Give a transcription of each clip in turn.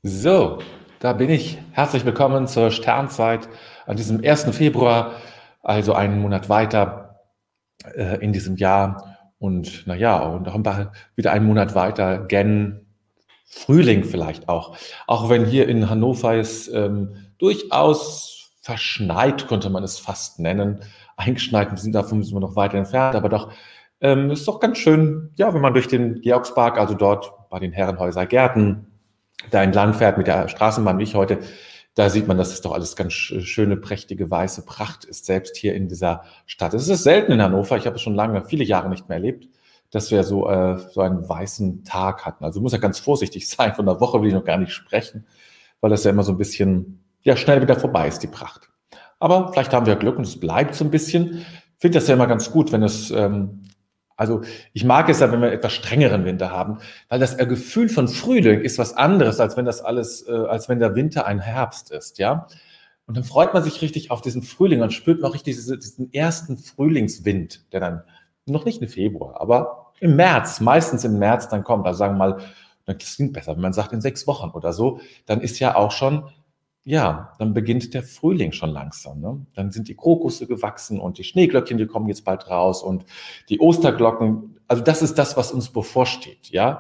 So, da bin ich. Herzlich willkommen zur Sternzeit an diesem 1. Februar, also einen Monat weiter in diesem Jahr. Und naja, und noch wieder einen Monat weiter, gen Frühling vielleicht auch. Auch wenn hier in Hannover es durchaus verschneit, könnte man es fast nennen. Eingeschneit, davon müssen wir noch weiter entfernt, aber doch ist doch ganz schön, ja, wenn man durch den Georgspark, also dort bei den Herrenhäuser Gärten, da entlang fährt mit der Straßenbahn wie ich heute, da sieht man, dass es doch alles ganz schöne, prächtige, weiße Pracht ist, selbst hier in dieser Stadt. Es ist selten in Hannover, ich habe es schon lange, viele Jahre nicht mehr erlebt, dass wir so einen weißen Tag hatten. Also muss ja ganz vorsichtig sein, von der Woche will ich noch gar nicht sprechen, weil das ja immer so ein bisschen, ja, schnell wieder vorbei ist, die Pracht. Aber vielleicht haben wir Glück und es bleibt so ein bisschen. Ich finde das ja immer ganz gut, wenn also ich mag es ja, wenn wir etwas strengeren Winter haben, weil das Gefühl von Frühling ist was anderes, als wenn das alles, als wenn der Winter ein Herbst ist, ja. Und dann freut man sich richtig auf diesen Frühling und spürt man auch richtig diesen ersten Frühlingswind, der dann noch nicht im Februar, aber im März, meistens im März dann kommt. Also sagen wir mal, das klingt besser, wenn man sagt in 6 Wochen oder so, dann ist ja auch schon, ja, dann beginnt der Frühling schon langsam. Ne? Dann sind die Krokusse gewachsen und die Schneeglöckchen, die kommen jetzt bald raus und die Osterglocken. Also das ist das, was uns bevorsteht, ja.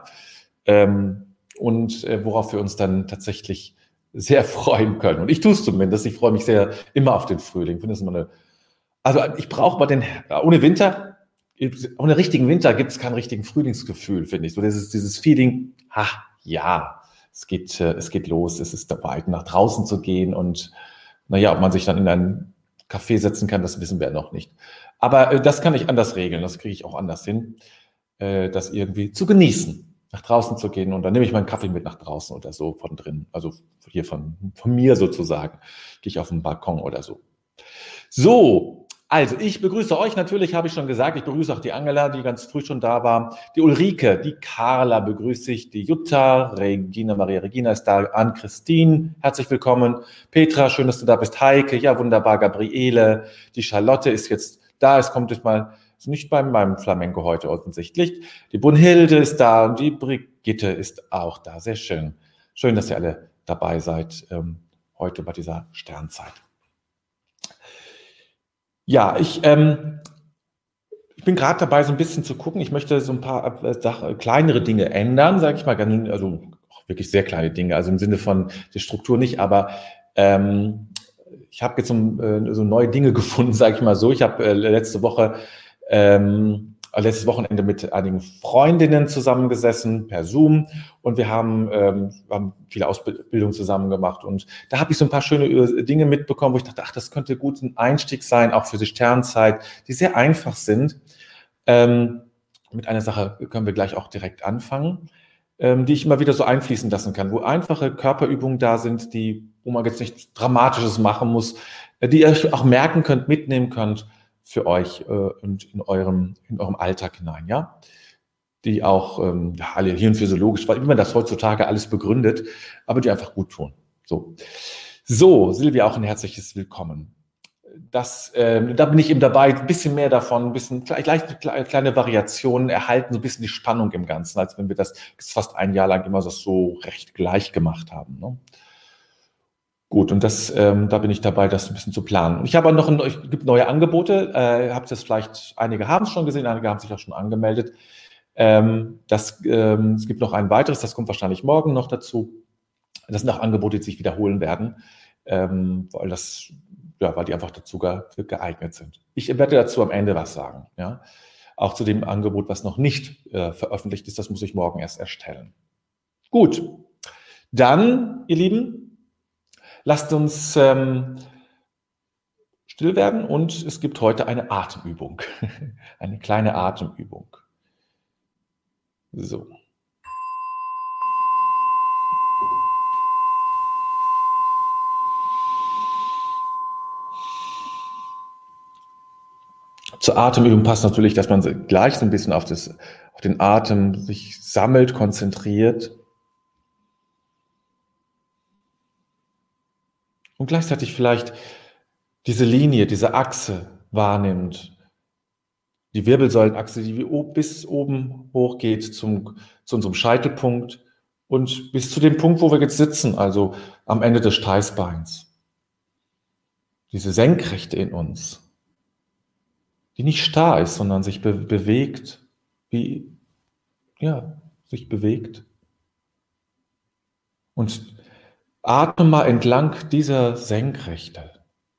Worauf wir uns dann tatsächlich sehr freuen können. Und ich tue es zumindest. Ich freue mich sehr immer auf den Frühling. Ich finde es immer also ich brauche mal ohne Winter, ohne richtigen Winter gibt es kein richtigen Frühlingsgefühl, finde ich. So dieses Feeling, ja, es geht los, es ist dabei, nach draußen zu gehen und naja, ob man sich dann in einen Café setzen kann, das wissen wir noch nicht. Aber das kann ich anders regeln, das kriege ich auch anders hin, das irgendwie zu genießen, nach draußen zu gehen und dann nehme ich meinen Kaffee mit nach draußen oder so von drin, also hier von mir sozusagen, gehe ich auf den Balkon oder so. So, also ich begrüße euch natürlich, habe ich schon gesagt. Ich begrüße auch die Angela, die ganz früh schon da war. Die Ulrike, die Carla begrüße ich. Die Jutta, Regina, Maria Regina ist da. Ann-Christine, herzlich willkommen. Petra, schön, dass du da bist. Heike, ja wunderbar. Gabriele, die Charlotte ist jetzt da. Es kommt jetzt mal, ist nicht beim Flamenco heute offensichtlich. Die Brunhilde ist da und die Brigitte ist auch da. Sehr schön. Schön, dass ihr alle dabei seid heute bei dieser Sternzeit. Ja, ich bin gerade dabei, so ein bisschen zu gucken. Ich möchte so ein paar kleinere Dinge ändern, sage ich mal, also wirklich sehr kleine Dinge, also im Sinne von der Struktur nicht, aber ich habe jetzt so neue Dinge gefunden, sage ich mal so. Ich habe letztes Wochenende mit einigen Freundinnen zusammengesessen per Zoom und wir haben viele Ausbildungen zusammen gemacht und da habe ich so ein paar schöne Dinge mitbekommen, wo ich dachte, das könnte gut ein Einstieg sein, auch für die Sternzeit, die sehr einfach sind. Mit einer Sache können wir gleich auch direkt anfangen, die ich immer wieder so einfließen lassen kann, wo einfache Körperübungen da sind, wo man jetzt nichts Dramatisches machen muss, die ihr euch auch merken könnt, mitnehmen könnt für euch und in eurem Alltag hinein, ja, die auch alle hirnphysiologisch, wie man das heutzutage alles begründet, aber die einfach gut tun. So, Silvia, auch ein herzliches Willkommen. Da bin ich eben dabei, ein bisschen mehr davon, ein bisschen kleine Variationen erhalten, so ein bisschen die Spannung im Ganzen, als wenn wir das fast ein Jahr lang immer so recht gleich gemacht haben. Ne? Gut, und da bin ich dabei, das ein bisschen zu planen. Und ich habe es gibt neue Angebote, habt ihr es vielleicht, einige haben es schon gesehen, einige haben sich auch schon angemeldet. Es gibt noch ein weiteres, das kommt wahrscheinlich morgen noch dazu. Das sind auch Angebote, die sich wiederholen werden, weil die einfach dazu geeignet sind. Ich werde dazu am Ende was sagen, ja. Auch zu dem Angebot, was noch nicht veröffentlicht ist, das muss ich morgen erst erstellen. Gut, dann, ihr Lieben, lasst uns still werden und es gibt heute eine Atemübung, eine kleine Atemübung. So. Zur Atemübung passt natürlich, dass man gleich so ein bisschen auf den Atem sich sammelt, konzentriert. Und gleichzeitig vielleicht diese Linie, diese Achse wahrnimmt. Die Wirbelsäulenachse, die bis oben hochgeht zu unserem Scheitelpunkt Und bis zu dem Punkt, wo wir jetzt sitzen, also am Ende des Steißbeins. Diese Senkrechte in uns, die nicht starr ist, sondern sich bewegt, sich bewegt. Und atme mal entlang dieser Senkrechte.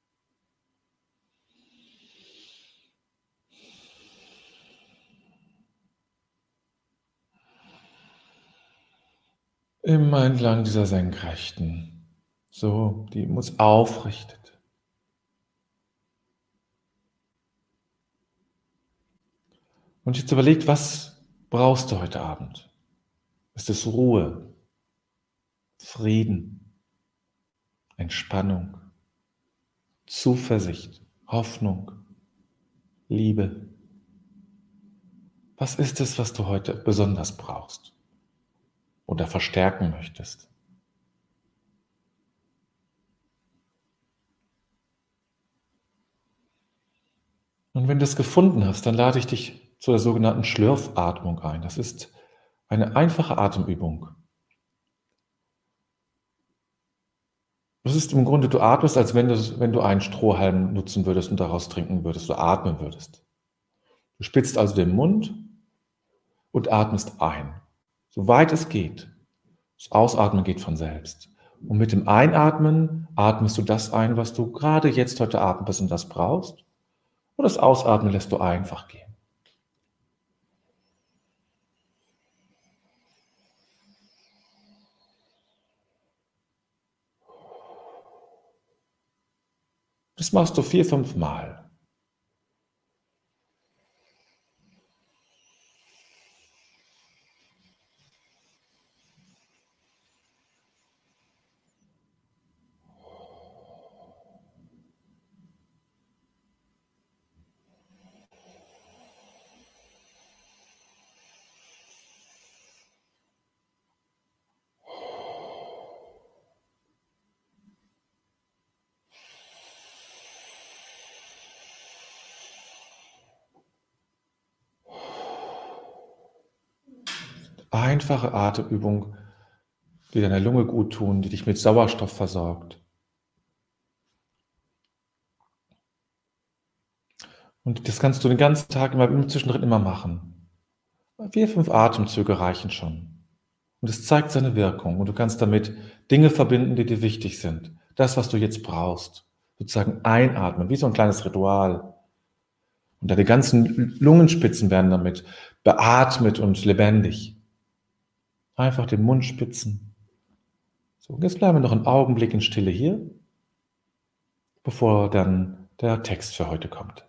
Immer entlang dieser Senkrechten. So, die uns aufrichtet. Und jetzt überlegt, was brauchst du heute Abend? Ist es Ruhe, Frieden, Entspannung, Zuversicht, Hoffnung, Liebe? Was ist es, was du heute besonders brauchst oder verstärken möchtest? Und wenn du es gefunden hast, dann lade ich dich zu der sogenannten Schlürfatmung ein. Das ist eine einfache Atemübung. Das ist im Grunde, du atmest, als wenn du einen Strohhalm nutzen würdest und daraus trinken würdest, du atmen würdest. Du spitzt also den Mund und atmest ein, soweit es geht. Das Ausatmen geht von selbst. Und mit dem Einatmen atmest du das ein, was du gerade jetzt heute Abend besonders brauchst. Und das Ausatmen lässt du einfach gehen. Das machst du 4, 5 Mal. Einfache Atemübung, die deiner Lunge gut tun, die dich mit Sauerstoff versorgt. Und das kannst du den ganzen Tag immer zwischendrin immer machen. 4, 5 Atemzüge reichen schon. Und es zeigt seine Wirkung. Und du kannst damit Dinge verbinden, die dir wichtig sind. Das, was du jetzt brauchst. Sozusagen einatmen, wie so ein kleines Ritual. Und deine ganzen Lungenspitzen werden damit beatmet und lebendig. Einfach den Mund spitzen. So, und jetzt bleiben wir noch einen Augenblick in Stille hier, bevor dann der Text für heute kommt.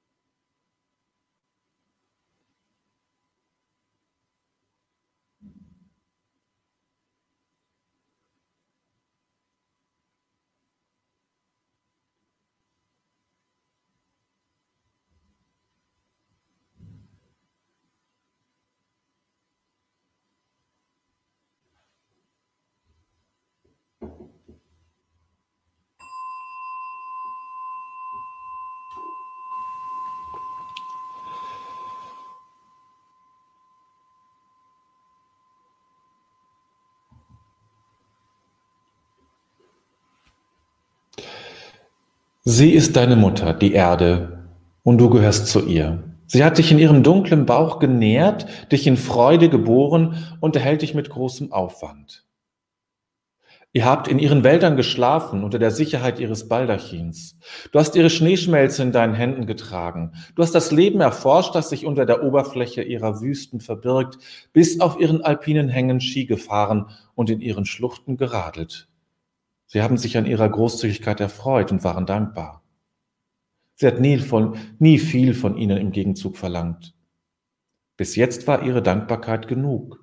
Sie ist deine Mutter, die Erde, und du gehörst zu ihr. Sie hat dich in ihrem dunklen Bauch genährt, dich in Freude geboren und erhält dich mit großem Aufwand. Ihr habt in ihren Wäldern geschlafen unter der Sicherheit ihres Baldachins. Du hast ihre Schneeschmelze in deinen Händen getragen. Du hast das Leben erforscht, das sich unter der Oberfläche ihrer Wüsten verbirgt, bis auf ihren alpinen Hängen Ski gefahren und in ihren Schluchten geradelt. Sie haben sich an ihrer Großzügigkeit erfreut und waren dankbar. Sie hat nie viel von ihnen im Gegenzug verlangt. Bis jetzt war ihr Dankbarkeit genug.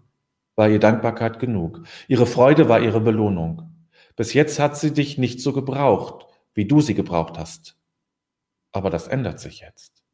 Ihre Freude war ihre Belohnung. Bis jetzt hat sie dich nicht so gebraucht, wie du sie gebraucht hast. Aber das ändert sich jetzt.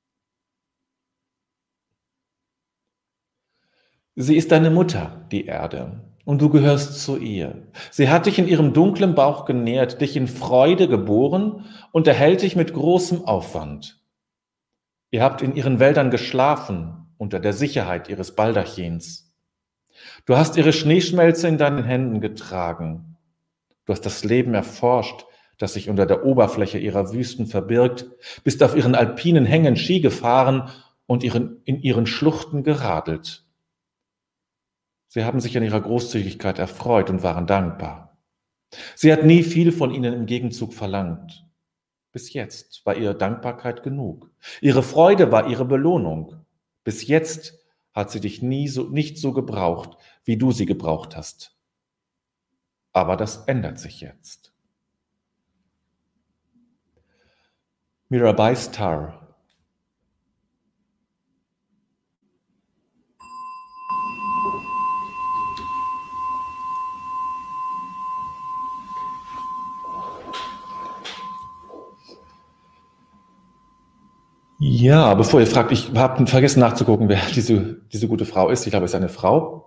Sie ist deine Mutter, die Erde, und du gehörst zu ihr. Sie hat dich in ihrem dunklen Bauch genährt, dich in Freude geboren und erhält dich mit großem Aufwand. Ihr habt in ihren Wäldern geschlafen unter der Sicherheit ihres Baldachins. Du hast ihre Schneeschmelze in deinen Händen getragen. Du hast das Leben erforscht, das sich unter der Oberfläche ihrer Wüsten verbirgt, bist auf ihren alpinen Hängen Ski gefahren und in ihren Schluchten geradelt. Sie haben sich an ihrer Großzügigkeit erfreut und waren dankbar. Sie hat nie viel von ihnen im Gegenzug verlangt. Bis jetzt war ihre Dankbarkeit genug. Ihre Freude war ihre Belohnung. Bis jetzt hat sie dich nicht so gebraucht, wie du sie gebraucht hast. Aber das ändert sich jetzt. Mirabai Starr. Ja, bevor ihr fragt, ich habe vergessen nachzugucken, wer diese gute Frau ist. Ich glaube, es ist eine Frau.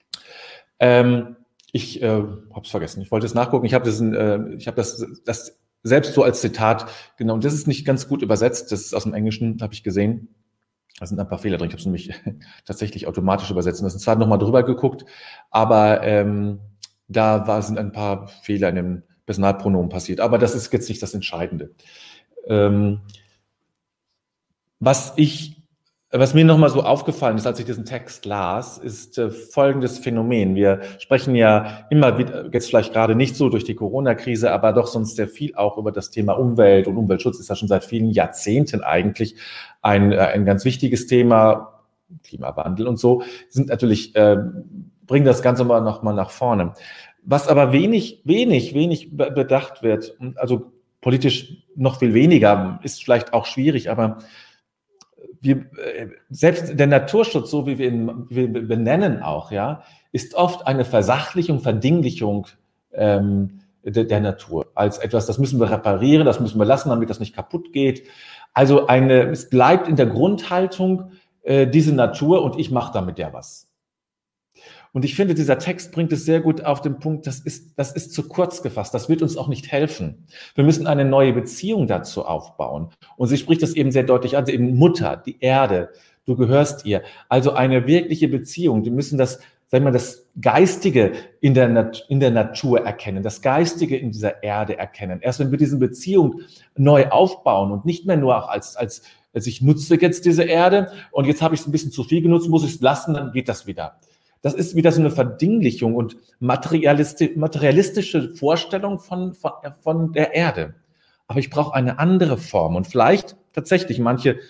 Ich habe es vergessen. Ich wollte es nachgucken. Ich habe das selbst so als Zitat genommen. Und das ist nicht ganz gut übersetzt. Das ist aus dem Englischen, habe ich gesehen. Da sind ein paar Fehler drin. Ich habe es nämlich tatsächlich automatisch übersetzen lassen. Zwar nochmal drüber geguckt, aber sind ein paar Fehler in dem Personalpronomen passiert. Aber das ist jetzt nicht das Entscheidende. Was mir nochmal so aufgefallen ist, als ich diesen Text las, ist folgendes Phänomen. Wir sprechen ja immer wieder, jetzt vielleicht gerade nicht so durch die Corona-Krise, aber doch sonst sehr viel auch über das Thema Umwelt und Umweltschutz ist ja schon seit vielen Jahrzehnten eigentlich ein ganz wichtiges Thema. Klimawandel und so sind natürlich, bringen das Ganze mal nochmal nach vorne. Was aber wenig bedacht wird, also politisch noch viel weniger, ist vielleicht auch schwierig, aber selbst der Naturschutz, so wie wir ihn benennen auch, ja, ist oft eine Versachlichung, Verdinglichung der Natur. Als etwas, das müssen wir reparieren, das müssen wir lassen, damit das nicht kaputt geht. Also es bleibt in der Grundhaltung diese Natur und ich mache damit ja was. Und ich finde, dieser Text bringt es sehr gut auf den Punkt, das ist zu kurz gefasst, das wird uns auch nicht helfen. Wir müssen eine neue Beziehung dazu aufbauen. Und sie spricht das eben sehr deutlich an, eben Mutter, die Erde, du gehörst ihr. Also eine wirkliche Beziehung. Wir müssen das Geistige in der Natur erkennen, das Geistige in dieser Erde erkennen. Erst wenn wir diese Beziehung neu aufbauen und nicht mehr nur auch als ich nutze jetzt diese Erde und jetzt habe ich es ein bisschen zu viel genutzt, muss ich es lassen, dann geht das wieder. Das ist wieder so eine Verdinglichung und materialistische Vorstellung von der Erde. Aber ich brauche eine andere Form. Und vielleicht tatsächlich, manche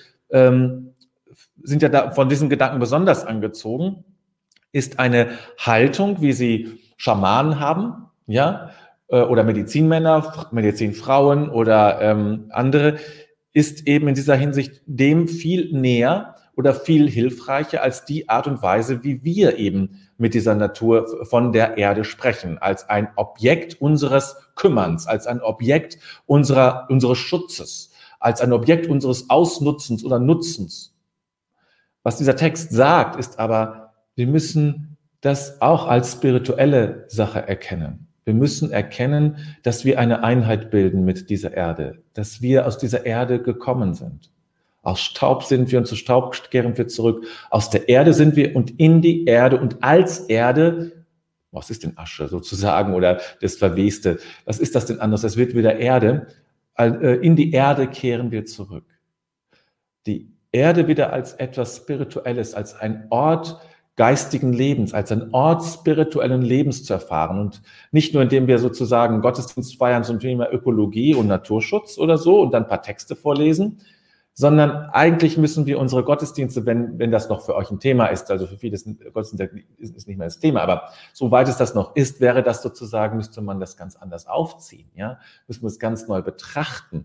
sind ja da von diesem Gedanken besonders angezogen, ist eine Haltung, wie sie Schamanen haben, ja, oder Medizinmänner, Medizinfrauen oder andere, ist eben in dieser Hinsicht dem viel näher oder viel hilfreicher als die Art und Weise, wie wir eben mit dieser Natur von der Erde sprechen, als ein Objekt unseres Kümmerns, als ein Objekt unseres Schutzes, als ein Objekt unseres Ausnutzens oder Nutzens. Was dieser Text sagt, ist aber, wir müssen das auch als spirituelle Sache erkennen. Wir müssen erkennen, dass wir eine Einheit bilden mit dieser Erde, dass wir aus dieser Erde gekommen sind. Aus Staub sind wir und zu Staub kehren wir zurück. Aus der Erde sind wir und in die Erde und als Erde, was ist denn Asche sozusagen oder das Verweste? Was ist das denn anderes? Es wird wieder Erde. In die Erde kehren wir zurück. Die Erde wieder als etwas Spirituelles, als ein Ort geistigen Lebens, als ein Ort spirituellen Lebens zu erfahren. Und nicht nur, indem wir sozusagen Gottesdienst feiern zum Thema Ökologie und Naturschutz oder so und dann ein paar Texte vorlesen, sondern eigentlich müssen wir unsere Gottesdienste, wenn das noch für euch ein Thema ist, also für viele ist nicht mehr das Thema, aber soweit es das noch ist, wäre das sozusagen, müsste man das ganz anders aufziehen, ja, müssen wir es ganz neu betrachten.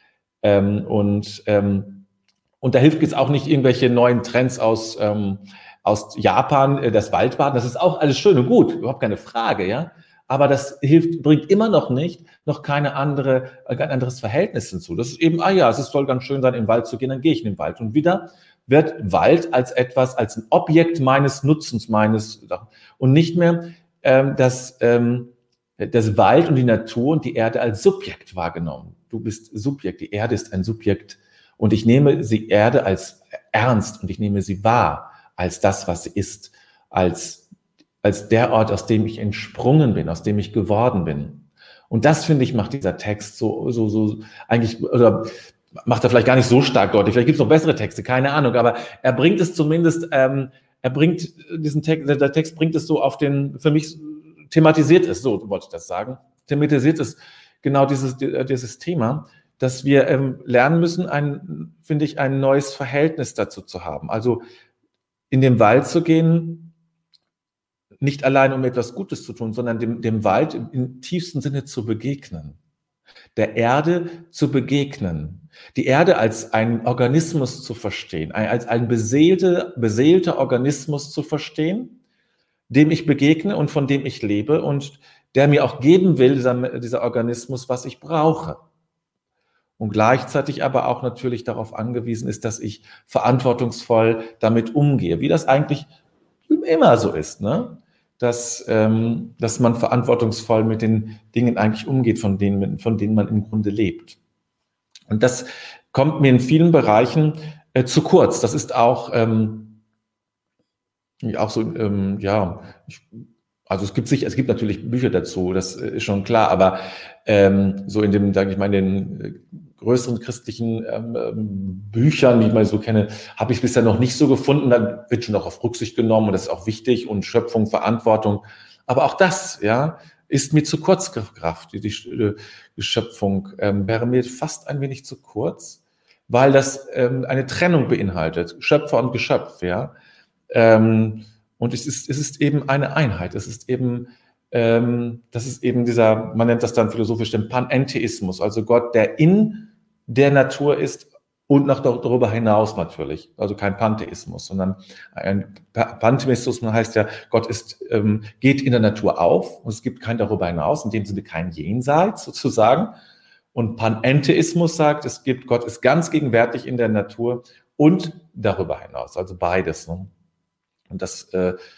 Und da hilft jetzt auch nicht irgendwelche neuen Trends aus Japan, das Waldbaden, das ist auch alles schön und gut, überhaupt keine Frage, ja. Aber das bringt immer noch kein anderes Verhältnis hinzu. Das ist eben, es soll ganz schön sein, in den Wald zu gehen, dann gehe ich in den Wald. Und wieder wird Wald als ein Objekt meines Nutzens, und nicht mehr das Wald und die Natur und die Erde als Subjekt wahrgenommen. Du bist Subjekt, die Erde ist ein Subjekt. Und ich nehme die Erde als ernst und ich nehme sie wahr als das, was sie ist, als als der Ort, aus dem ich entsprungen bin, aus dem ich geworden bin. Und das, finde ich, macht dieser Text so eigentlich, oder macht er vielleicht gar nicht so stark deutlich. Vielleicht gibt es noch bessere Texte, keine Ahnung, aber er bringt es zumindest, er bringt diesen Text, der Text bringt es so auf den, für mich thematisiert es, so wollte ich das sagen, thematisiert es genau dieses Thema, dass wir lernen müssen, finde ich, ein neues Verhältnis dazu zu haben. Also in den Wald zu gehen, nicht allein um etwas Gutes zu tun, sondern dem Wald im tiefsten Sinne zu begegnen, der Erde zu begegnen, die Erde als einen Organismus zu verstehen, als ein beseelter Organismus zu verstehen, dem ich begegne und von dem ich lebe und der mir auch geben will, dieser Organismus, was ich brauche. Und gleichzeitig aber auch natürlich darauf angewiesen ist, dass ich verantwortungsvoll damit umgehe, wie das eigentlich immer so ist, ne? Dass man verantwortungsvoll mit den Dingen eigentlich umgeht, von denen man im Grunde lebt. Und das kommt mir in vielen Bereichen zu kurz. Das ist auch so, ja, also es gibt natürlich Bücher dazu, das ist schon klar, aber so in dem, sage ich mal, in den größeren christlichen Büchern, die ich mal so kenne, habe ich es bisher noch nicht so gefunden. Da wird schon auch auf Rücksicht genommen und das ist auch wichtig und Schöpfung, Verantwortung. Aber auch das, ja, ist mir zu kurz gerafft. Die Schöpfung wäre mir fast ein wenig zu kurz, weil das eine Trennung beinhaltet, Schöpfer und Geschöpf, ja. Und es ist eben eine Einheit. Das ist eben dieser, man nennt das dann philosophisch den Panentheismus, also Gott, der in der Natur ist und noch darüber hinaus natürlich. Also kein Pantheismus, sondern ein Pantheismus heißt ja, Gott geht in der Natur auf und es gibt kein darüber hinaus, in dem Sinne kein Jenseits sozusagen. Und Panentheismus sagt, Gott ist ganz gegenwärtig in der Natur und darüber hinaus, also beides. Ne? Und das,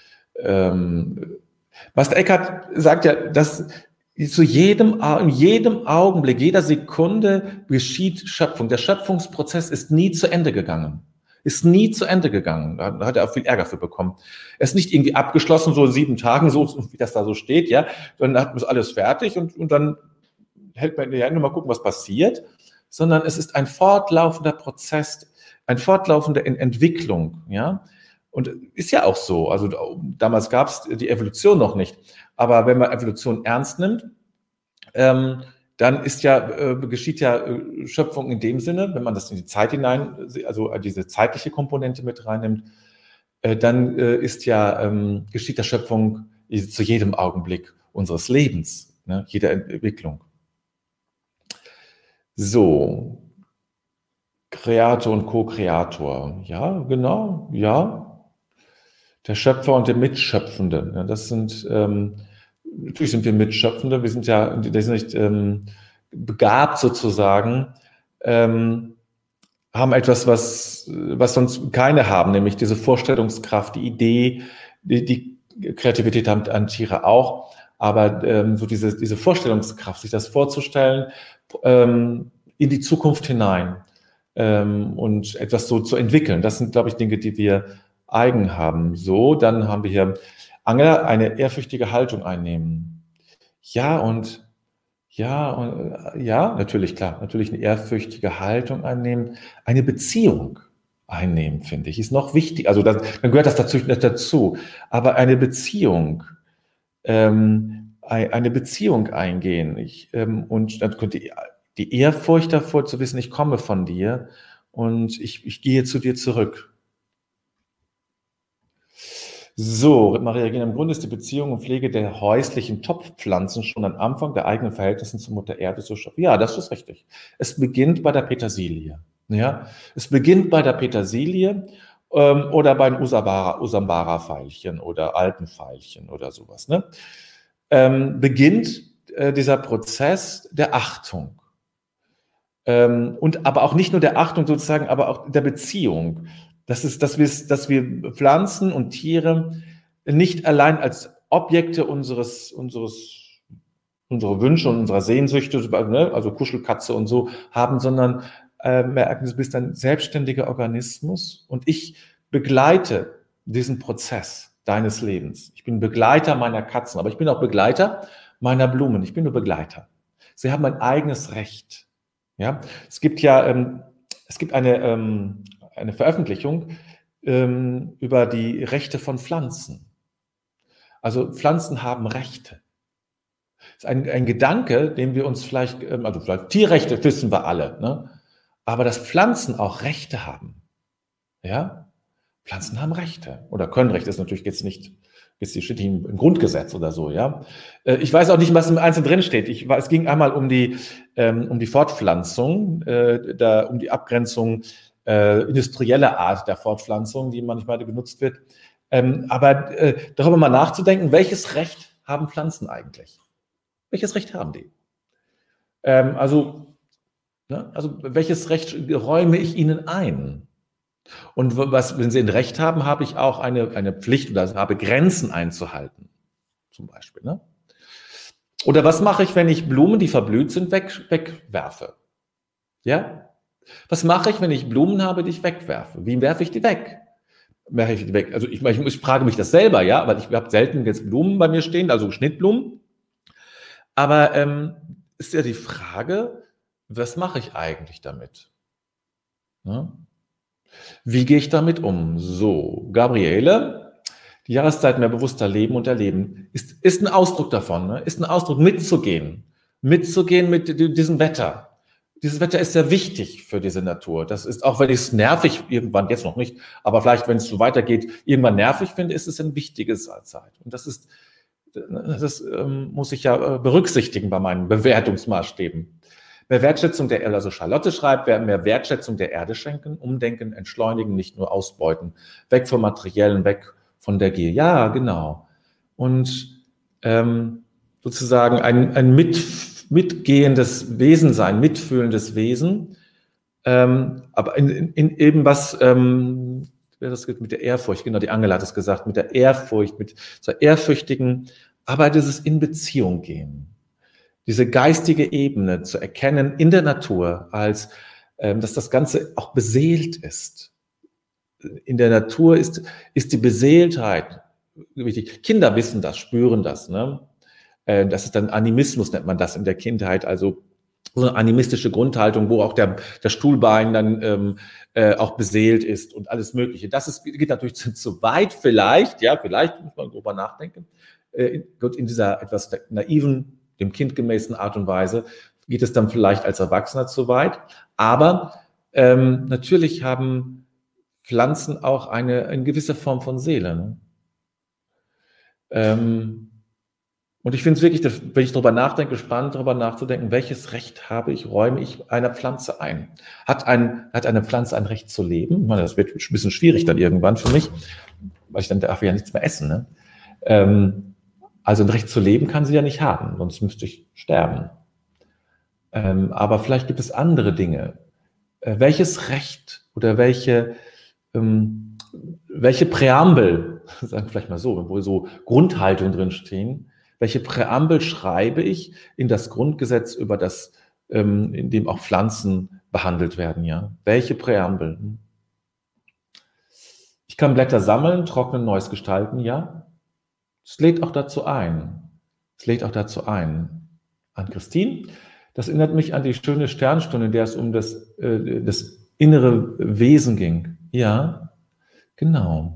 Meister Eckhart sagt ja, dass in jedem Augenblick, jeder Sekunde geschieht Schöpfung. Der Schöpfungsprozess ist nie zu Ende gegangen. Da hat er auch viel Ärger für bekommen. Er ist nicht irgendwie abgeschlossen, so in 7 Tagen, so wie das da so steht, ja. Dann hat man alles fertig und dann hält man in die Hände mal gucken, was passiert. Sondern es ist ein fortlaufender Prozess, ein fortlaufende Entwicklung, ja. Und ist ja auch so. Also damals gab es die Evolution noch nicht. Aber wenn man Evolution ernst nimmt, dann geschieht ja Schöpfung in dem Sinne, wenn man das in die Zeit hinein, also diese zeitliche Komponente mit reinnimmt, dann geschieht der Schöpfung zu jedem Augenblick unseres Lebens, ne, jeder Entwicklung. So, Kreator und Co-Kreator. Ja, genau, ja. Der Schöpfer und der Mitschöpfende. Ja, das sind, natürlich sind wir Mitschöpfende, wir sind nicht begabt sozusagen, haben etwas, was sonst keine haben, nämlich diese Vorstellungskraft, die Idee, die Kreativität haben Tiere auch, aber so diese Vorstellungskraft, sich das vorzustellen, in die Zukunft hinein und etwas so zu entwickeln, das sind, glaube ich, Dinge, die wir eigen haben. So, dann haben wir hier Angela, eine ehrfürchtige Haltung einnehmen. Ja, natürlich, klar, natürlich eine ehrfürchtige Haltung einnehmen. Eine Beziehung einnehmen, finde ich, ist noch wichtig. Also dann gehört das dazu. Aber eine Beziehung eingehen. Und dann könnte die Ehrfurcht davor zu wissen, ich komme von dir und ich gehe zu dir zurück. So, Maria Regina, im Grunde ist die Beziehung und Pflege der häuslichen Topfpflanzen schon am Anfang der eigenen Verhältnisse zur Mutter Erde zu schaffen. Ja, das ist richtig. Es beginnt bei der Petersilie. Ja, es beginnt bei der Petersilie oder bei den Usambara-Veilchen oder Alpenveilchen oder sowas. Ne? Beginnt dieser Prozess der Achtung. Und aber auch nicht nur der Achtung sozusagen, aber auch der Beziehung. Das ist, dass wir Pflanzen und Tiere nicht allein als Objekte unsere Wünsche und unserer Sehnsüchte, ne, also Kuschelkatze und so haben, sondern merken, du bist ein selbstständiger Organismus und ich begleite diesen Prozess. deines Lebens. Ich bin Begleiter meiner Katzen, aber ich bin auch Begleiter meiner Blumen. Ich bin nur Begleiter. Sie haben ein eigenes Recht. Ja, es gibt ja eine Veröffentlichung über die Rechte von Pflanzen. Also Pflanzen haben Rechte. Das ist ein Gedanke, den wir uns vielleicht Tierrechte wissen wir alle, ne? Aber dass Pflanzen auch Rechte haben, ja? Pflanzen haben Rechte oder können Rechte, ist natürlich jetzt nicht, steht nicht im Grundgesetz oder so, ja. Ich weiß auch nicht, was im Einzelnen drin steht. Es ging einmal um die Fortpflanzung, um die Abgrenzung industrieller Art der Fortpflanzung, die manchmal genutzt wird. Aber darüber mal nachzudenken, welches Recht haben Pflanzen eigentlich? Welches Recht haben die? Welches Recht räume ich ihnen ein? Und wenn sie ein Recht haben, habe ich auch eine Pflicht oder habe Grenzen einzuhalten, zum Beispiel. Ne? Oder was mache ich, wenn ich Blumen, die verblüht sind, wegwerfe? Ja? Was mache ich, wenn ich Blumen habe, die ich wegwerfe? Wie werfe ich die weg? Also ich frage mich das selber, ja, weil ich habe selten jetzt Blumen bei mir stehen, also Schnittblumen. Aber ist ja die Frage, was mache ich eigentlich damit? Ja? Wie gehe ich damit um? So, Gabriele, die Jahreszeit mehr bewusster leben und erleben, ist ein Ausdruck davon, ne? Ist ein Ausdruck mitzugehen mit diesem Wetter. Dieses Wetter ist sehr wichtig für diese Natur. Das ist, auch wenn ich es nervig irgendwann, jetzt noch nicht, aber vielleicht, wenn es so weitergeht, irgendwann nervig finde, ist es ein wichtiges Zeit. Und das muss ich ja berücksichtigen bei meinen Bewertungsmaßstäben. Mehr Wertschätzung der Erde, also Charlotte schreibt, mehr Wertschätzung der Erde schenken, umdenken, entschleunigen, nicht nur ausbeuten. Weg vom Materiellen, weg von der Gier. Ja, genau. Und sozusagen ein mitgehendes Wesen sein, mitfühlendes Wesen, aber in eben was, das geht mit der Ehrfurcht, genau, die Angela hat es gesagt, mit der Ehrfurcht, mit so ehrfürchtigen, aber dieses in Beziehung gehen. Diese geistige Ebene zu erkennen in der Natur, als dass das Ganze auch beseelt ist. In der Natur ist die Beseeltheit wichtig. Kinder wissen das, spüren das. Ne? Das ist dann Animismus, nennt man das in der Kindheit, also so eine animistische Grundhaltung, wo auch der Stuhlbein dann auch beseelt ist und alles Mögliche. Geht natürlich zu weit, vielleicht muss man darüber nachdenken. In dieser etwas naiven, dem kindgemäßen Art und Weise geht es dann vielleicht als Erwachsener zu weit. Aber natürlich haben Pflanzen auch eine gewisse Form von Seele. Ne? Und ich finde es wirklich, wenn ich darüber nachdenke, spannend darüber nachzudenken, welches Recht räume ich einer Pflanze ein? Hat eine Pflanze ein Recht zu leben? Das wird ein bisschen schwierig dann irgendwann für mich, weil ich dann darf ja nichts mehr essen. Ne? Also ein Recht zu leben kann sie ja nicht haben, sonst müsste ich sterben. Aber vielleicht gibt es andere Dinge. Welches Recht oder welche Präambel, sagen wir vielleicht mal so, wo so Grundhaltungen drinstehen, welche Präambel schreibe ich in das Grundgesetz, über das, in dem auch Pflanzen behandelt werden, ja? Welche Präambel? Ich kann Blätter sammeln, trocknen, Neues gestalten, ja? Es lädt auch dazu ein. An Christine. Das erinnert mich an die schöne Sternstunde, in der es um das innere Wesen ging. Ja, genau.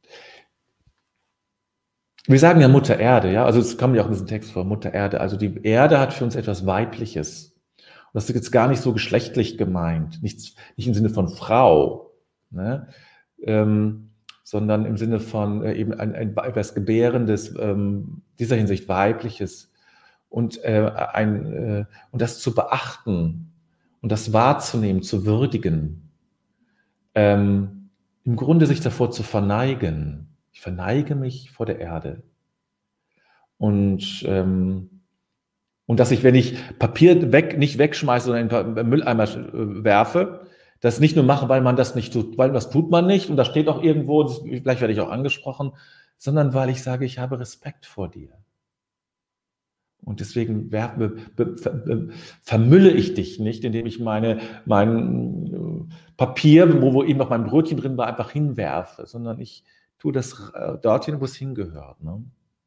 Wir sagen ja Mutter Erde, ja, also es kam ja auch in diesem Text vor, Mutter Erde. Also die Erde hat für uns etwas Weibliches. Und das ist jetzt gar nicht so geschlechtlich gemeint, nicht im Sinne von Frau, ne? Sondern im Sinne von eben etwas Gebärendes, dieser Hinsicht Weibliches. Und das zu beachten und das wahrzunehmen, zu würdigen. Im Grunde sich davor zu verneigen. Ich verneige mich vor der Erde. Und dass ich, wenn ich Papier nicht wegschmeiße, sondern in den Mülleimer werfe, das nicht nur mache, weil man das nicht tut, weil das tut man nicht und das steht auch irgendwo, vielleicht werde ich auch angesprochen, sondern weil ich sage, ich habe Respekt vor dir. Und deswegen vermülle ich dich nicht, indem ich mein Papier, wo eben noch mein Brötchen drin war, einfach hinwerfe, sondern ich tu das dorthin, wo es hingehört. Ne?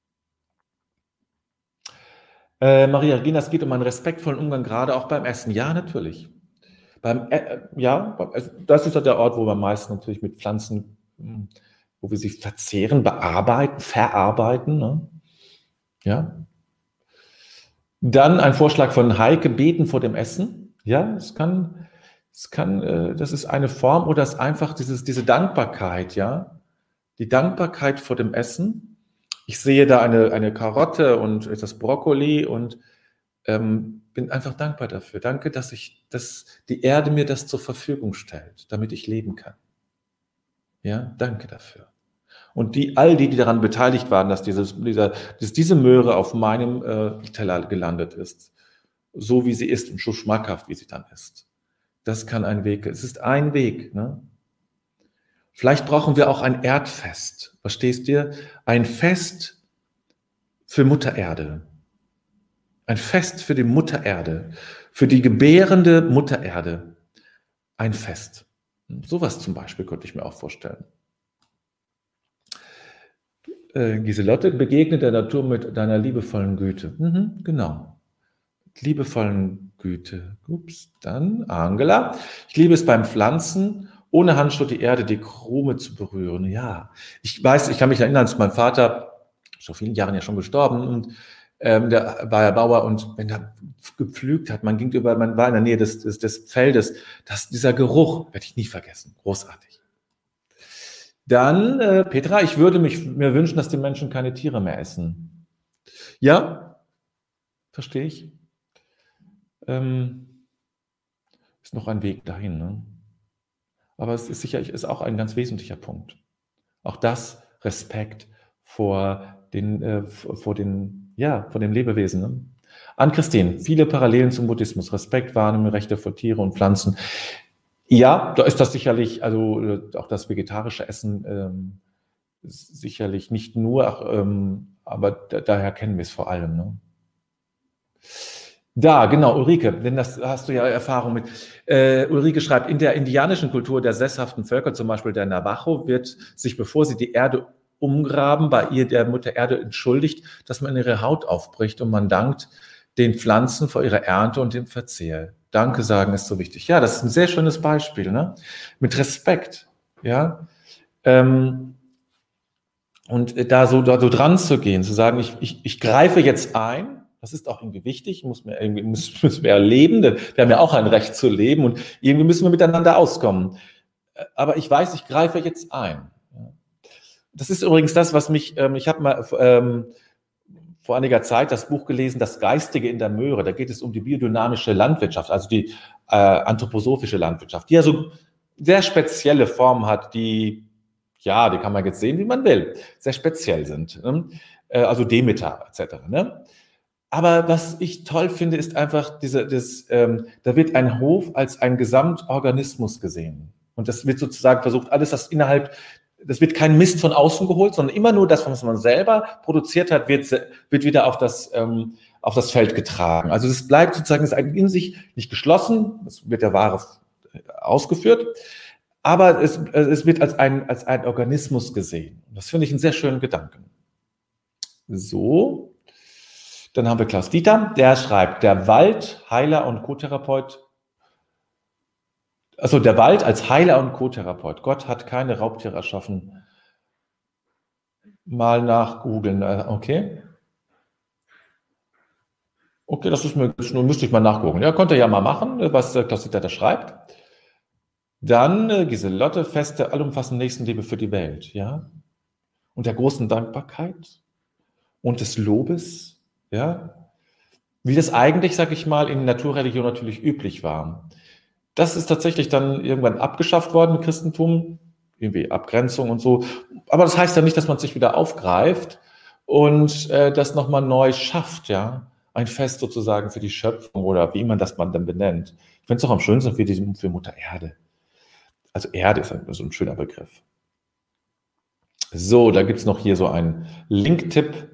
Maria Regina, es geht um einen respektvollen Umgang, gerade auch beim Essen. Ja, natürlich. Also das ist ja der Ort, wo wir am meisten natürlich mit Pflanzen, wo wir sie verzehren, bearbeiten, verarbeiten. Ne? Ja. Dann ein Vorschlag von Heike, beten vor dem Essen. Ja, das ist eine Form oder es ist einfach diese Dankbarkeit, ja. Die Dankbarkeit vor dem Essen. Ich sehe da eine Karotte und etwas Brokkoli und bin einfach dankbar dafür. Danke, dass die Erde mir das zur Verfügung stellt, damit ich leben kann. Ja, danke dafür. Und all die daran beteiligt waren, dass diese Möhre auf meinem Teller gelandet ist, so wie sie ist und so schmackhaft, wie sie dann ist. Das kann ein Weg, es ist ein Weg. Ne? Vielleicht brauchen wir auch ein Erdfest. Verstehst du? Ein Fest für Mutter Erde. Ein Fest für die Mutter Erde, für die gebärende Mutter Erde. Ein Fest. Sowas zum Beispiel könnte ich mir auch vorstellen. Giselotte, begegne der Natur mit deiner liebevollen Güte. Genau. Liebevollen Güte. Ups, dann Angela. Ich liebe es beim Pflanzen, ohne Handschuh die Erde, die Krume zu berühren. Ja, ich weiß, ich kann mich erinnern, als mein Vater, vor vielen Jahren ja schon gestorben, und der war ja Bauer, und wenn er gepflügt hat, man war in der Nähe des Feldes, dieser Geruch, werde ich nie vergessen. Großartig. Dann, Petra, ich würde mir wünschen, dass die Menschen keine Tiere mehr essen. Ja, verstehe ich. Ist noch ein Weg dahin. Ne? Aber es ist sicherlich auch ein ganz wesentlicher Punkt. Auch das Respekt vor den Lebewesen. Ne? Ann-Christine, viele Parallelen zum Buddhismus. Respekt, Wahrnehmung, Rechte vor Tiere und Pflanzen. Ja, da ist das sicherlich, also auch das vegetarische Essen sicherlich nicht nur, aber daher kennen wir es vor allem. Ne? Da, genau, Ulrike, denn das hast du ja Erfahrung mit. Ulrike schreibt, in der indianischen Kultur der sesshaften Völker, zum Beispiel der Navajo, wird sich, bevor sie die Erde umgraben, bei ihr der Mutter Erde entschuldigt, dass man ihre Haut aufbricht und man dankt den Pflanzen vor ihrer Ernte und dem Verzehr. Danke sagen ist so wichtig. Ja, das ist ein sehr schönes Beispiel, ne? Mit Respekt, ja. Und da so dran zu gehen, zu sagen, ich greife jetzt ein. Das ist auch irgendwie wichtig, müssen wir ja leben, denn wir haben ja auch ein Recht zu leben und irgendwie müssen wir miteinander auskommen. Aber ich weiß, ich greife jetzt ein. Das ist übrigens das, was mich, ich habe mal vor einiger Zeit das Buch gelesen, Das Geistige in der Möhre. Da geht es um die biodynamische Landwirtschaft, also die anthroposophische Landwirtschaft, die ja so sehr spezielle Formen hat, die kann man jetzt sehen, wie man will, sehr speziell sind. Ne? Also Demeter etc. Ne? Aber was ich toll finde, ist einfach da wird ein Hof als ein Gesamtorganismus gesehen. Und das wird sozusagen versucht, das wird kein Mist von außen geholt, sondern immer nur das, was man selber produziert hat, wird wieder auf das Feld getragen. Also es bleibt sozusagen, es ist in sich nicht geschlossen, es wird der Ware ausgeführt, aber es wird als ein Organismus gesehen. Das finde ich einen sehr schönen Gedanken. So. Dann haben wir Klaus Dieter, der schreibt, der Wald, Heiler und Co-Therapeut. Also der Wald als Heiler und Co-Therapeut. Gott hat keine Raubtiere erschaffen. Mal nachgoogeln. Okay. Okay, das müsste ich mal nachgucken. Ja, konnte ja mal machen, was Klaus Dieter da schreibt. Dann Giselotte, feste, allumfassende Nächstenliebe für die Welt. Ja. Und der großen Dankbarkeit und des Lobes. Ja, wie das eigentlich, sag ich mal, in Naturreligion natürlich üblich war. Das ist tatsächlich dann irgendwann abgeschafft worden im Christentum, irgendwie Abgrenzung und so. Aber das heißt ja nicht, dass man sich wieder aufgreift und das nochmal neu schafft, ja. Ein Fest sozusagen für die Schöpfung oder wie man das man dann benennt. Ich finde es auch am schönsten für Mutter Erde. Also Erde ist so ein schöner Begriff. So, da gibt es noch hier so einen Link-Tipp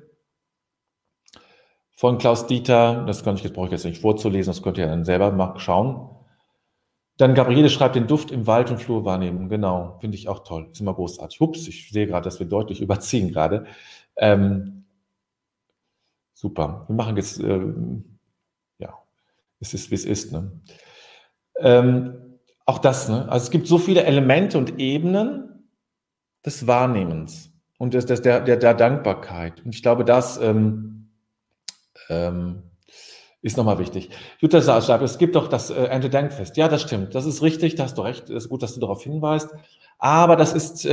von Klaus Dieter, brauche ich jetzt nicht vorzulesen, das könnt ihr dann selber mal schauen. Dann Gabriele schreibt, den Duft im Wald und Flur wahrnehmen. Genau, finde ich auch toll. Ist immer großartig. Hups, ich sehe gerade, dass wir deutlich überziehen gerade. Super. Wir machen jetzt, ja, es ist, wie es ist. Ne? Auch das, ne? Also es gibt so viele Elemente und Ebenen des Wahrnehmens und der Dankbarkeit. Und ich glaube, das ist nochmal wichtig. Jutta schreibt, es gibt doch das Erntedankfest. Ja, das stimmt. Das ist richtig, da hast du recht. Es ist gut, dass du darauf hinweist. Aber das ist,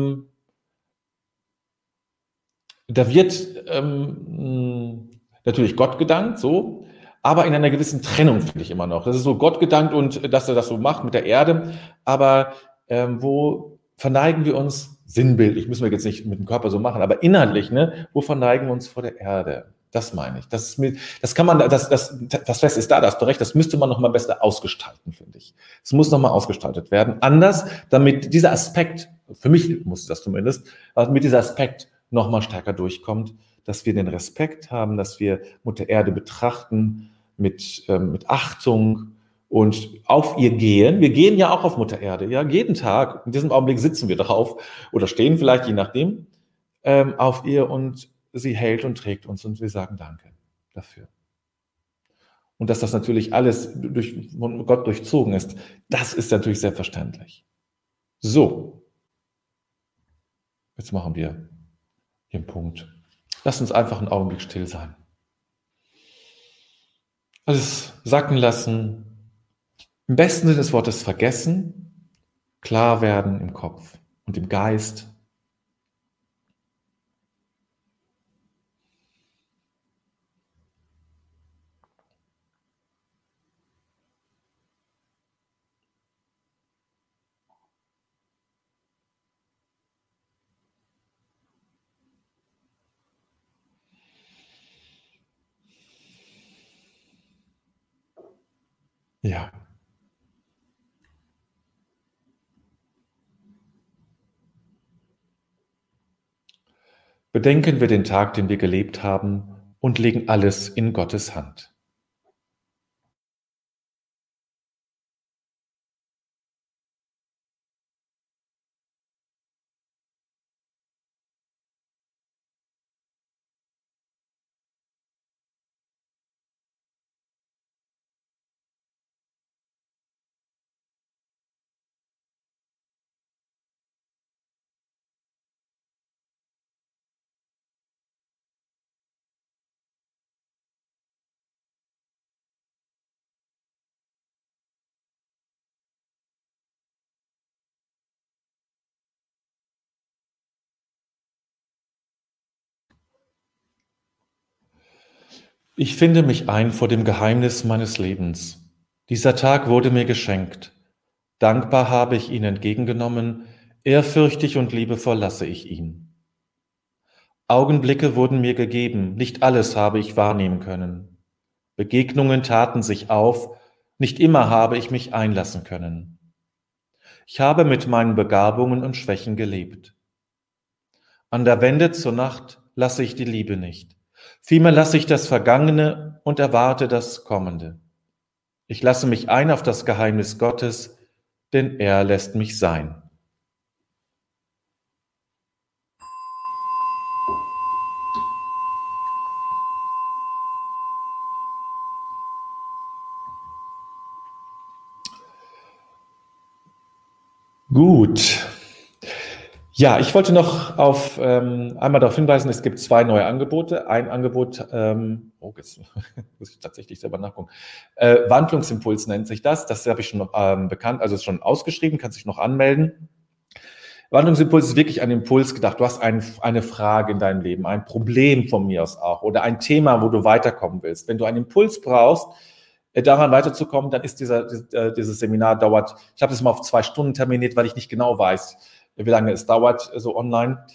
da wird natürlich Gott gedankt, so, aber in einer gewissen Trennung, finde ich immer noch. Das ist so Gott gedankt und dass er das so macht mit der Erde. Aber wo verneigen wir uns, sinnbildlich, müssen wir jetzt nicht mit dem Körper so machen, aber inhaltlich, ne, wo verneigen wir uns vor der Erde? Das meine ich. Das kann man, was fest ist da, das hast du recht, das müsste man nochmal besser ausgestalten, finde ich. Es muss nochmal ausgestaltet werden. Anders, damit dieser Aspekt, für mich muss das zumindest, damit dieser Aspekt nochmal stärker durchkommt, dass wir den Respekt haben, dass wir Mutter Erde betrachten mit Achtung und auf ihr gehen. Wir gehen ja auch auf Mutter Erde, ja, jeden Tag. In diesem Augenblick sitzen wir drauf oder stehen vielleicht, je nachdem, auf ihr und sie hält und trägt uns und wir sagen Danke dafür. Und dass das natürlich alles von Gott durchzogen ist, das ist natürlich selbstverständlich. So, jetzt machen wir den Punkt. Lasst uns einfach einen Augenblick still sein. Alles sacken lassen, im besten Sinne des Wortes vergessen, klar werden im Kopf und im Geist. Ja. Bedenken wir den Tag, den wir gelebt haben, und legen alles in Gottes Hand. Ich finde mich ein vor dem Geheimnis meines Lebens. Dieser Tag wurde mir geschenkt. Dankbar habe ich ihn entgegengenommen, ehrfürchtig und liebevoll lasse ich ihn. Augenblicke wurden mir gegeben, nicht alles habe ich wahrnehmen können. Begegnungen taten sich auf, nicht immer habe ich mich einlassen können. Ich habe mit meinen Begabungen und Schwächen gelebt. An der Wende zur Nacht lasse ich die Liebe nicht. Vielmehr lasse ich das Vergangene und erwarte das Kommende. Ich lasse mich ein auf das Geheimnis Gottes, denn er lässt mich sein. Gut. Ja, ich wollte noch einmal darauf hinweisen, es gibt 2 neue Angebote. Ein Angebot, jetzt muss ich tatsächlich selber nachgucken. Wandlungsimpuls nennt sich das. Das habe ich schon bekannt, also ist schon ausgeschrieben, kannst dich noch anmelden. Wandlungsimpuls ist wirklich ein Impuls gedacht. Du hast eine Frage in deinem Leben, ein Problem von mir aus auch oder ein Thema, wo du weiterkommen willst. Wenn du einen Impuls brauchst, daran weiterzukommen, dann ist dieses Seminar dauert, ich habe das mal auf 2 Stunden terminiert, weil ich nicht genau weiß, wie lange es dauert, so online.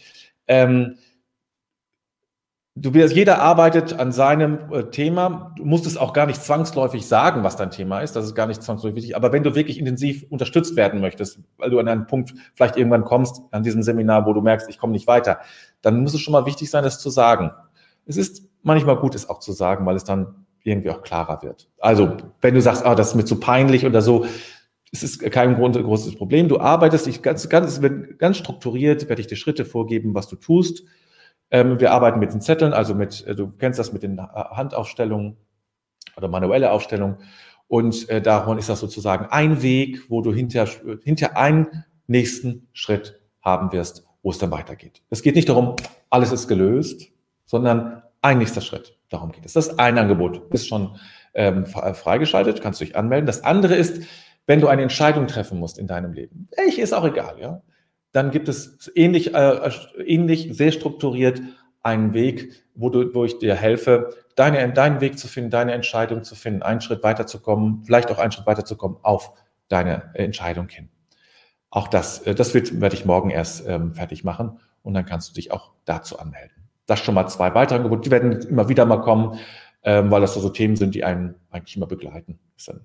Jeder arbeitet an seinem Thema. Du musst es auch gar nicht zwangsläufig sagen, was dein Thema ist. Das ist gar nicht zwangsläufig wichtig. Aber wenn du wirklich intensiv unterstützt werden möchtest, weil du an einen Punkt vielleicht irgendwann kommst, an diesem Seminar, wo du merkst, ich komme nicht weiter, dann muss es schon mal wichtig sein, das zu sagen. Es ist manchmal gut, es auch zu sagen, weil es dann irgendwie auch klarer wird. Also, wenn du sagst, das ist mir zu peinlich oder so, Es ist kein großes Problem. Du arbeitest, ganz strukturiert, werde ich dir Schritte vorgeben, was du tust. Wir arbeiten mit den Zetteln, also du kennst das mit den Handaufstellungen oder manuelle Aufstellungen. Und darum ist das sozusagen ein Weg, wo du hinter einen nächsten Schritt haben wirst, wo es dann weitergeht. Es geht nicht darum, alles ist gelöst, sondern ein nächster Schritt. Darum geht es. Das ist ein Angebot, ist schon freigeschaltet, kannst du dich anmelden. Das andere ist, wenn du eine Entscheidung treffen musst in deinem Leben, welche ist auch egal, ja, dann gibt es ähnlich sehr strukturiert einen Weg, wo ich dir helfe, deinen Weg zu finden, deine Entscheidung zu finden, einen Schritt weiterzukommen, vielleicht auch einen Schritt weiterzukommen auf deine Entscheidung hin. Auch werde ich morgen erst fertig machen und dann kannst du dich auch dazu anmelden. Das schon mal 2 weitere Angebote, die werden immer wieder mal kommen, weil das so Themen sind, die einen eigentlich immer begleiten.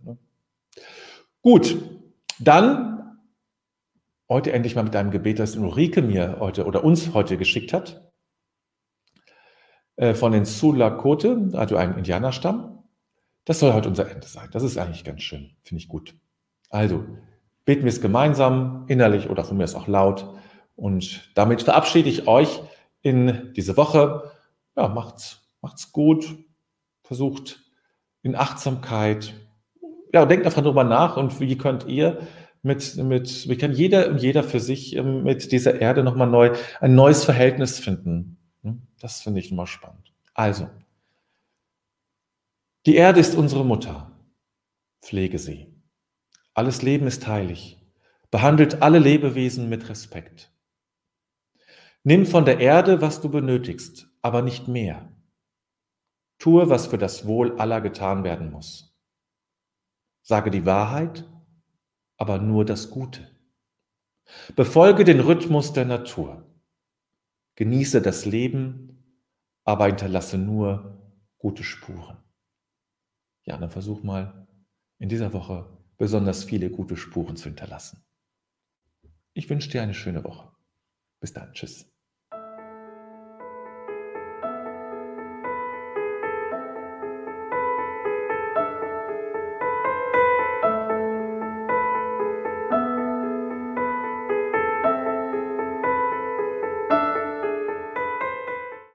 Gut, dann heute endlich mal mit einem Gebet, das Ulrike mir heute oder uns heute geschickt hat, von den Sulakote, also einem Indianerstamm. Das soll heute unser Ende sein. Das ist eigentlich ganz schön, finde ich gut. Also, beten wir es gemeinsam, innerlich oder von mir ist auch laut. Und damit verabschiede ich euch in diese Woche. Ja, macht's gut. Versucht in Achtsamkeit. Ja, denkt einfach drüber nach und wie könnt ihr wie kann jeder und jeder für sich mit dieser Erde nochmal ein neues Verhältnis finden. Das finde ich immer spannend. Also, die Erde ist unsere Mutter. Pflege sie. Alles Leben ist heilig. Behandelt alle Lebewesen mit Respekt. Nimm von der Erde, was du benötigst, aber nicht mehr. Tue, was für das Wohl aller getan werden muss. Sage die Wahrheit, aber nur das Gute. Befolge den Rhythmus der Natur. Genieße das Leben, aber hinterlasse nur gute Spuren. Ja, dann versuch mal in dieser Woche besonders viele gute Spuren zu hinterlassen. Ich wünsche dir eine schöne Woche. Bis dann. Tschüss.